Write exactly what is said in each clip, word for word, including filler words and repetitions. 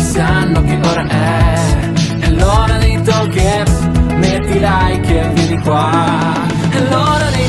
sanno che ora è, è l'ora dei Talkers. Metti like e vieni qua, è l'ora dei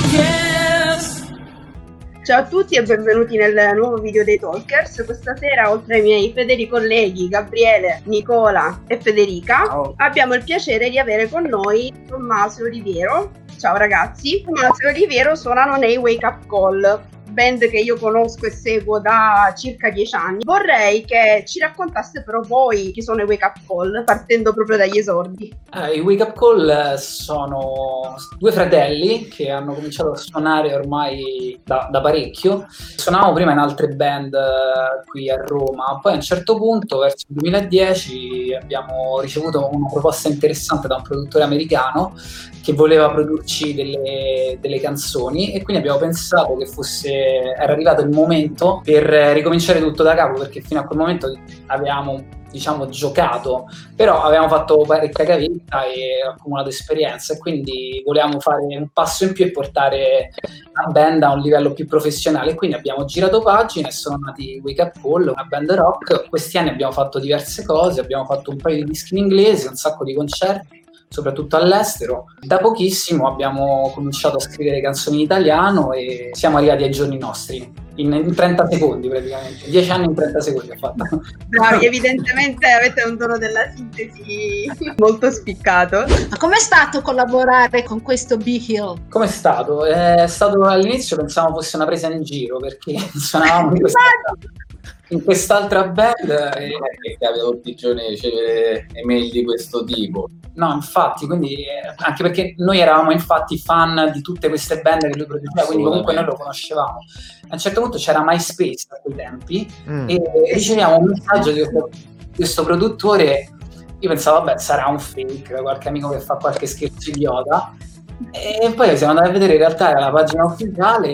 Talkers. Ciao a tutti e benvenuti nel nuovo video dei Talkers. Questa sera, oltre ai miei fedeli colleghi Gabriele, Nicola e Federica, Ciao. Abbiamo il piacere di avere con noi Tommaso e Oliviero. Ciao ragazzi. Tommaso e Oliviero suonano nei Wake Up Call, band che io conosco e seguo da circa dieci anni. Vorrei che ci raccontasse però voi chi sono i Wake Up Call, partendo proprio dagli esordi. Eh, I Wake Up Call sono due fratelli che hanno cominciato a suonare ormai da, da parecchio. Suonavamo prima in altre band qui a Roma, poi a un certo punto, verso il duemiladieci, abbiamo ricevuto una proposta interessante da un produttore americano che voleva produrci delle, delle canzoni, e quindi abbiamo pensato che fosse era arrivato il momento per ricominciare tutto da capo, perché fino a quel momento avevamo, diciamo, giocato, però avevamo fatto parecchia gavetta e accumulato esperienza, e quindi volevamo fare un passo in più e portare la band a un livello più professionale. Quindi abbiamo girato pagina e sono nati Wake Up Call, una band rock. Questi anni abbiamo fatto diverse cose, abbiamo fatto un paio di dischi in inglese, un sacco di concerti, soprattutto all'estero. Da pochissimo abbiamo cominciato a scrivere canzoni in italiano e siamo arrivati ai giorni nostri, in, in trenta secondi praticamente, dieci anni in trenta secondi ho fatto. Bravi, evidentemente avete un dono della sintesi molto spiccato. Ma com'è stato collaborare con questo Big Hill? Com'è stato? È stato all'inizio pensavamo fosse una presa in giro, perché suonavamo in questa... in quest'altra band e che capita tutti i giorni ricevere email di questo tipo. No, infatti, quindi eh, anche perché noi eravamo infatti fan di tutte queste band che lui produceva, quindi comunque noi lo conoscevamo. A un certo punto c'era MySpace a quei tempi mm. e riceviamo un messaggio di questo, questo produttore. Io pensavo, vabbè, sarà un fake, qualche amico che fa qualche scherzo idiota. E poi siamo andati a vedere, in realtà era la pagina ufficiale,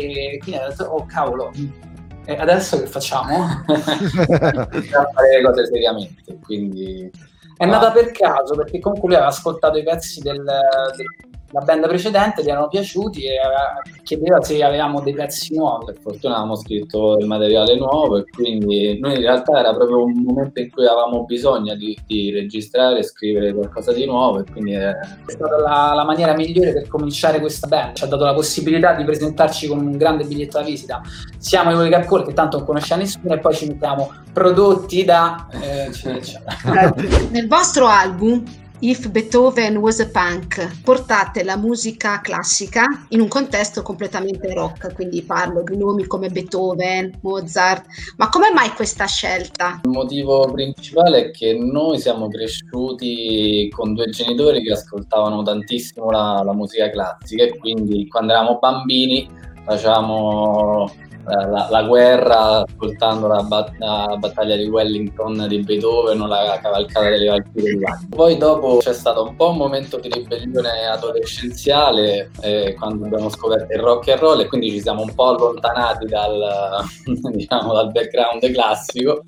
e quindi ho detto, oh cavolo, e adesso che facciamo? Dobbiamo fare le cose seriamente, quindi è andata per caso, perché comunque lui aveva ascoltato i pezzi del, della band precedente, gli erano piaciuti e aveva, chiedeva se avevamo dei pezzi nuovi. Per fortuna avevamo scritto il materiale nuovo, e quindi noi in realtà era proprio un momento in cui avevamo bisogno di, di registrare e scrivere qualcosa di nuovo, e quindi è, è stata la, la maniera migliore per cominciare questa band. Ci ha dato la possibilità di presentarci con un grande biglietto da visita. Siamo i Wake Up Call, che tanto non conosciamo nessuno, e poi ci mettiamo prodotti da eh, cioè, cioè. Nel vostro album If Beethoven Was a Punk portate la musica classica in un contesto completamente rock, quindi parlo di nomi come Beethoven, Mozart. Ma come mai questa scelta? Il motivo principale è che noi siamo cresciuti con due genitori che ascoltavano tantissimo la, la musica classica, e quindi quando eravamo bambini facevamo La, la guerra ascoltando la, bat- la battaglia di Wellington di Beethoven o la cavalcata delle Valchirie di Wagner. Poi dopo c'è stato un po' un momento di ribellione adolescenziale eh, quando abbiamo scoperto il rock and roll, e quindi ci siamo un po' allontanati dal, diciamo, dal background classico.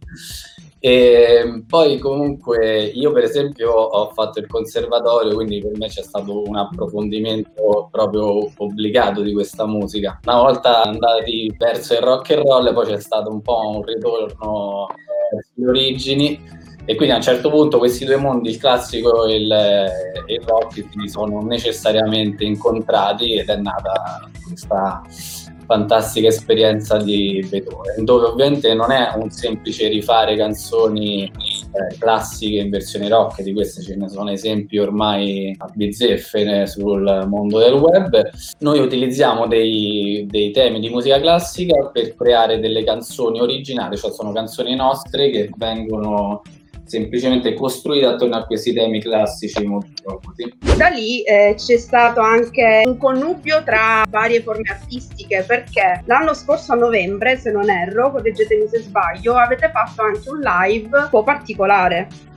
E poi comunque io per esempio ho fatto il conservatorio, quindi per me c'è stato un approfondimento proprio obbligato di questa musica. Una volta andati verso il rock and roll, poi c'è stato un po' un ritorno verso le origini, e quindi a un certo punto questi due mondi, il classico e il, e il rock, si sono necessariamente incontrati, ed è nata questa fantastica esperienza di Beethoven, dove ovviamente non è un semplice rifare canzoni eh, classiche in versione rock. Di queste ce ne sono esempi ormai a bizzeffe sul mondo del web. Noi utilizziamo dei, dei temi di musica classica per creare delle canzoni originali, cioè sono canzoni nostre che vengono semplicemente costruite attorno a questi temi classici molto noti. Da lì eh, c'è stato anche un connubio tra varie forme artistiche, perché l'anno scorso a novembre, se non erro, correggetemi se sbaglio, avete fatto anche un live un po' particolare.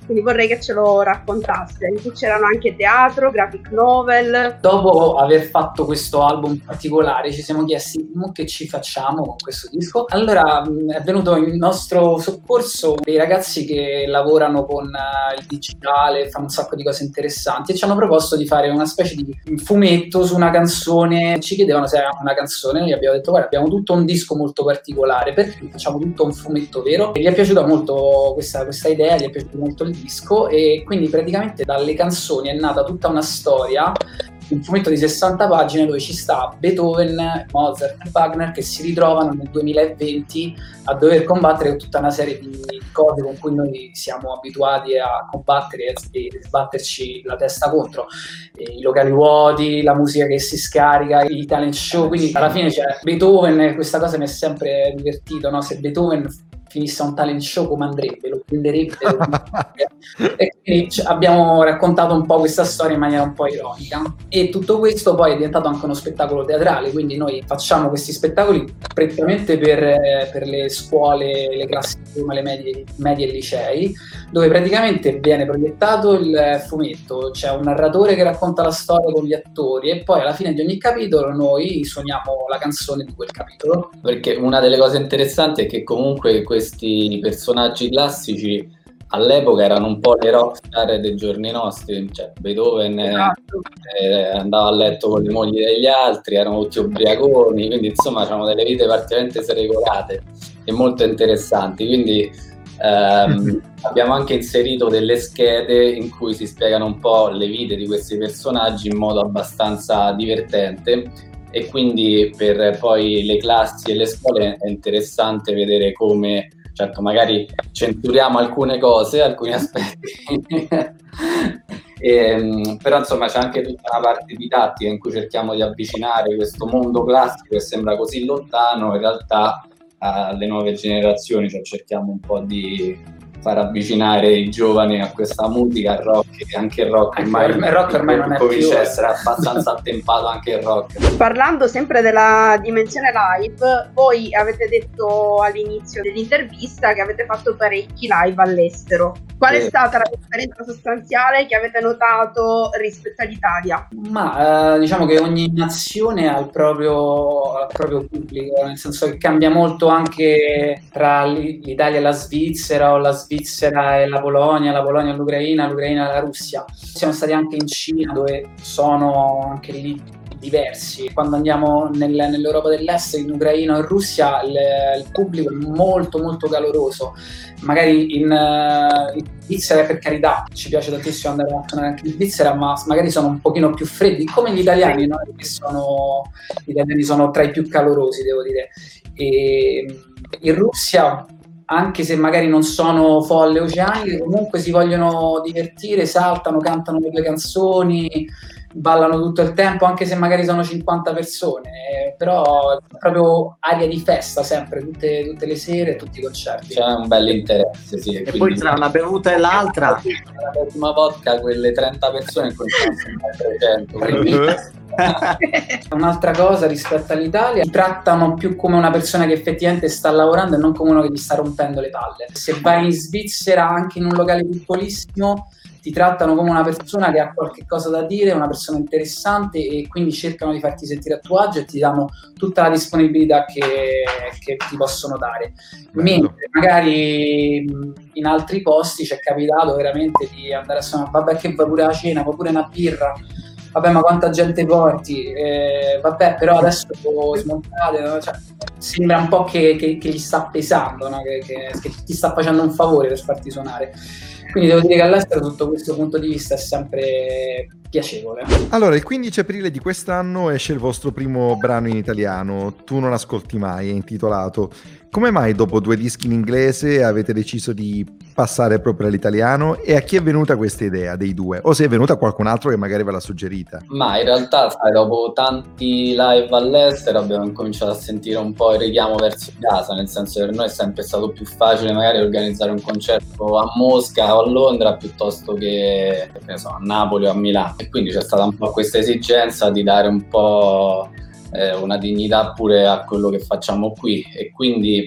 quindi vorrei che ce lo raccontasse. In cui c'erano anche teatro, graphic novel. Dopo aver fatto questo album particolare ci siamo chiesti mo che ci facciamo con questo disco. Allora mh, è venuto in nostro soccorso dei ragazzi che lavorano con uh, il digitale, fanno un sacco di cose interessanti e ci hanno proposto di fare una specie di fumetto su una canzone. Ci chiedevano se era una canzone, noi abbiamo detto guarda abbiamo tutto un disco molto particolare, perché facciamo tutto un fumetto vero? E gli è piaciuta molto questa, questa idea, gli è piaciuto molto il disco e quindi praticamente dalle canzoni è nata tutta una storia, un fumetto di sessanta pagine dove ci sta Beethoven, Mozart e Wagner che si ritrovano nel duemilaventi a dover combattere con tutta una serie di cose con cui noi siamo abituati a combattere e sbatterci la testa contro, i locali vuoti, la musica che si scarica, i talent show, quindi alla fine c'è Beethoven, questa cosa mi è sempre divertito, no? Se Beethoven finisse un talent show come andrebbe, lo prenderebbe e quindi abbiamo raccontato un po' questa storia in maniera un po' ironica e tutto questo poi è diventato anche uno spettacolo teatrale, quindi noi facciamo questi spettacoli prettamente per, per le scuole, le classi prima, le medie, medie e licei, dove praticamente viene proiettato il fumetto, c'è un narratore che racconta la storia con gli attori e poi alla fine di ogni capitolo noi suoniamo la canzone di quel capitolo. Perché una delle cose interessanti è che comunque questi personaggi classici all'epoca erano un po' le rockstar dei giorni nostri, cioè Beethoven Esatto. eh, andava a letto con le mogli degli altri, erano tutti ubriaconi, quindi insomma avevano delle vite particolarmente sregolate e molto interessanti, quindi ehm, abbiamo anche inserito delle schede in cui si spiegano un po' le vite di questi personaggi in modo abbastanza divertente e quindi per poi le classi e le scuole è interessante vedere come, certo magari censuriamo alcune cose, alcuni aspetti, e, però insomma c'è anche tutta una parte didattica in cui cerchiamo di avvicinare questo mondo classico che sembra così lontano in realtà alle nuove generazioni, cioè cerchiamo un po' di far avvicinare i giovani a questa musica, il rock, che anche il rock ormai, il rock ormai non è comincia più a essere abbastanza attempato anche il rock. Parlando sempre della dimensione live, voi avete detto all'inizio dell'intervista che avete fatto parecchi live all'estero. Qual è Sì. stata la differenza sostanziale che avete notato rispetto all'Italia? Ma eh, diciamo che ogni nazione ha il proprio, ha il proprio pubblico, nel senso che cambia molto anche tra l'Italia e la Svizzera o la Svizzera e la Polonia, la Polonia e l'Ucraina, l'Ucraina e la Russia. Siamo stati anche in Cina dove sono anche lì diversi. Quando andiamo nel, nell'Europa dell'Est, in Ucraina o in Russia, il, il pubblico è molto molto caloroso. Magari in, uh, in Svizzera, per carità, ci piace tantissimo andare a suonare anche in Svizzera, ma magari sono un pochino più freddi, come gli italiani, no? Che sono, gli italiani sono tra i più calorosi, devo dire. E in Russia, anche se magari non sono folle oceaniche, comunque si vogliono divertire, saltano, cantano le tue canzoni, ballano tutto il tempo, anche se magari sono cinquanta persone, eh, però è proprio aria di festa sempre, tutte, tutte le sere, tutti i concerti. C'è un bel interesse, sì. E poi tra una bevuta e l'altra, la prima volta quelle trenta persone cominciano a trecento. Un'altra cosa rispetto all'Italia, ti trattano più come una persona che effettivamente sta lavorando e non come uno che ti sta rompendo le palle. Se vai in Svizzera, anche in un locale piccolissimo, ti trattano come una persona che ha qualche cosa da dire, una persona interessante, e quindi cercano di farti sentire a tuo agio e ti danno tutta la disponibilità che, che ti possono dare. Bello. Mentre magari in altri posti ci è capitato veramente di andare a suonare, vabbè che va pure la cena, va pure una birra, vabbè ma quanta gente porti, eh, vabbè però adesso smontate, no? Cioè, sembra un po' che, che, che gli sta pesando, no? che, che, che ti sta facendo un favore per farti suonare. Quindi devo dire che all'estero sotto questo punto di vista è sempre piacevole. Allora, il quindici aprile di quest'anno esce il vostro primo brano in italiano, Tu non ascolti mai, è intitolato. Come mai dopo due dischi in inglese avete deciso di passare proprio all'italiano, e a chi è venuta questa idea dei due? O se è venuta qualcun altro che magari ve l'ha suggerita? Ma in realtà, sai, dopo tanti live all'estero abbiamo incominciato a sentire un po' il richiamo verso casa, nel senso che per noi è sempre stato più facile magari organizzare un concerto a Mosca o a Londra piuttosto che, che ne so, a Napoli o a Milano, e quindi c'è stata un po' questa esigenza di dare un po' eh, una dignità pure a quello che facciamo qui, e quindi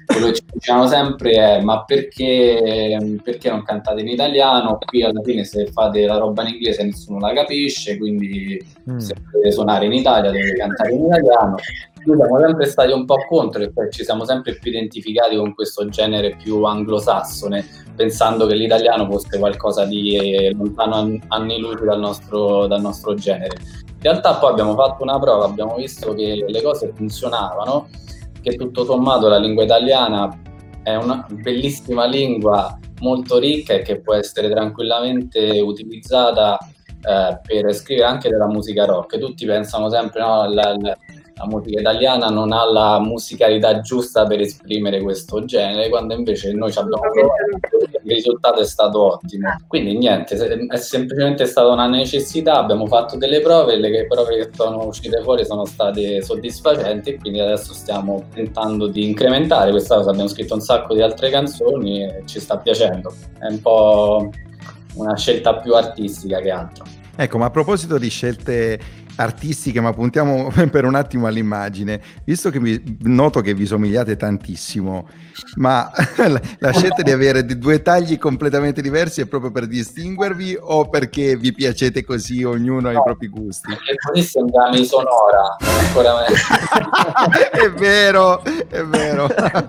quello che ci dicevano sempre è: ma perché, perché non cantate in italiano? Qui alla fine se fate la roba in inglese nessuno la capisce, quindi Mm. se volete suonare in Italia dovete cantare in italiano. Noi siamo sempre stati un po' contro e poi ci siamo sempre più identificati con questo genere più anglosassone, pensando che l'italiano fosse qualcosa di eh, lontano an- anni luce dal nostro, dal nostro genere. In realtà poi abbiamo fatto una prova, abbiamo visto che le cose funzionavano, che tutto sommato la lingua italiana è una bellissima lingua, molto ricca e che può essere tranquillamente utilizzata eh, per scrivere anche della musica rock. Tutti pensano sempre no, la, la, la musica italiana non ha la musicalità giusta per esprimere questo genere, quando invece noi ci abbiamo provato e il risultato è stato ottimo. Quindi niente, è semplicemente stata una necessità, abbiamo fatto delle prove, le prove che sono uscite fuori sono state soddisfacenti e quindi adesso stiamo tentando di incrementare questa cosa, abbiamo scritto un sacco di altre canzoni e ci sta piacendo, è un po' una scelta più artistica che altro. Ecco, ma a proposito di scelte artistiche, ma puntiamo per un attimo all'immagine, visto che vi, noto che vi somigliate tantissimo, ma la, la scelta di avere due tagli completamente diversi è proprio per distinguervi o perché vi piacete così, ognuno ha no, i propri gusti? Perché così sembriamo i Sonora, ancora meglio. È vero, è vero.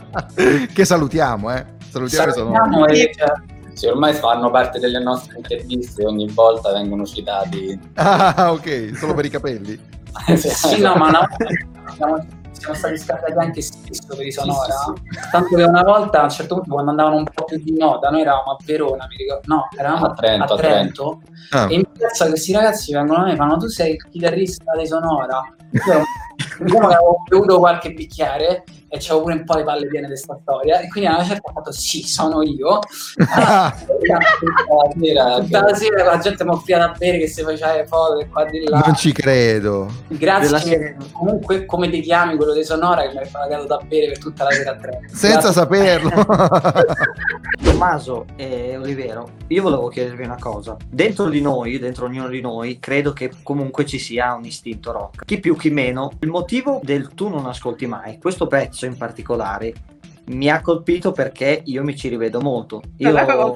Che salutiamo, eh? Salutiamo, salutiamo e, cioè, sì, ormai fanno parte delle nostre interviste, ogni volta vengono citati. Ah, ok, solo per i capelli. Sì, no, ma una volta siamo, siamo stati scartati anche spesso per i Sonora, sì, sì, sì. Tanto che una volta a un certo punto, quando andavano un po' più di moda, noi eravamo a Verona, mi ricordo, no, eravamo a Trento, a Trento, a Trento. Ah. E in piazza questi ragazzi vengono a me e fanno: tu sei il chitarrista dei Sonora? Io, diciamo che avevo bevuto qualche bicchiere e c'avevo pure un po' le palle piene di questa storia, e quindi a una certa ho fatto: sì, sono io. Ah, tutta la sera la gente mi offriva da bere, che si faceva le foto e qua di là. Non ci credo. Grazie comunque, come ti chiami, quello dei Sonora, che mi hai pagato da bere per tutta la sera a tre. Senza saperlo. Tommaso e Olivero, io volevo chiedervi una cosa. Dentro di noi, dentro ognuno di noi, credo che comunque ci sia un istinto rock. Chi più chi meno. Il motivo del tu non ascolti mai, questo pezzo in particolare, mi ha colpito perché io mi ci rivedo molto. Io,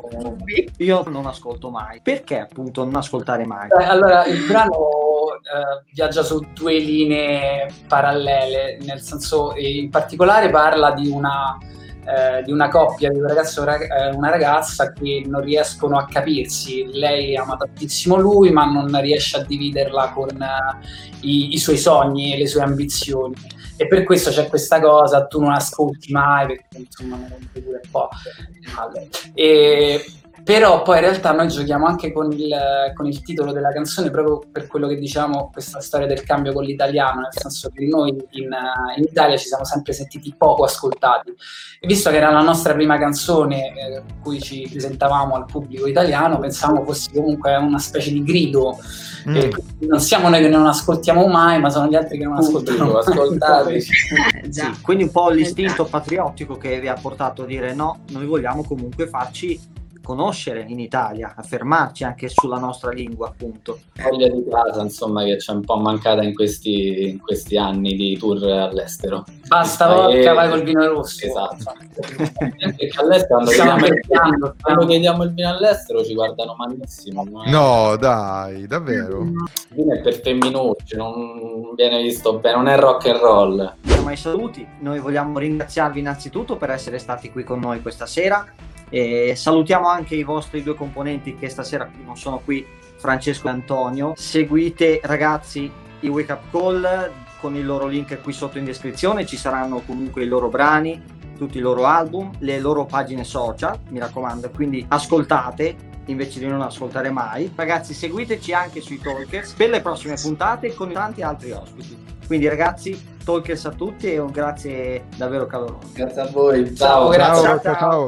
io non ascolto mai. Perché appunto non ascoltare mai? Allora, il brano eh, viaggia su due linee parallele, nel senso, in particolare parla di una Eh, di una coppia, di un ragazzo e eh, una ragazza che non riescono a capirsi. Lei ama tantissimo lui, ma non riesce a dividerla con eh, i, i suoi sogni e le sue ambizioni, e per questo c'è questa cosa: tu non ascolti mai, perché insomma non è pure un po' male. E però poi in realtà noi giochiamo anche con il, con il titolo della canzone, proprio per quello che diciamo, questa storia del cambio con l'italiano, nel senso che noi in, in Italia ci siamo sempre sentiti poco ascoltati, e visto che era la nostra prima canzone eh, con cui ci presentavamo al pubblico italiano, pensavamo fosse comunque una specie di grido. Mm. E non siamo noi che non ascoltiamo mai, ma sono gli altri che non ascoltano. Ascoltati. Sì, quindi un po' l'istinto patriottico che vi ha portato a dire: no, noi vogliamo comunque farci conoscere in Italia, affermarci anche sulla nostra lingua, appunto. Voglia di casa, insomma, che c'è un po' mancata in questi, in questi anni di tour all'estero. Basta vodka, vai col vino rosso. Esatto. Perché all'estero, quando chiediamo, il, quando chiediamo il vino all'estero, ci guardano malissimo. No, dai, davvero. Il vino è per femminucci, non viene visto bene, non è rock and roll. Siamo ai saluti. Noi vogliamo ringraziarvi innanzitutto per essere stati qui con noi questa sera. E salutiamo anche i vostri due componenti che stasera non sono qui, Francesco e Antonio. Seguite, ragazzi, i Wake Up Call con il loro link qui sotto in descrizione, ci saranno comunque i loro brani, tutti i loro album, le loro pagine social, mi raccomando, quindi ascoltate invece di non ascoltare mai. Ragazzi, seguiteci anche sui Talkers per le prossime puntate con tanti altri ospiti. Quindi ragazzi, Talkers a tutti e un grazie davvero caloroso. Grazie a voi, ciao, ciao, grazie. ciao, ciao.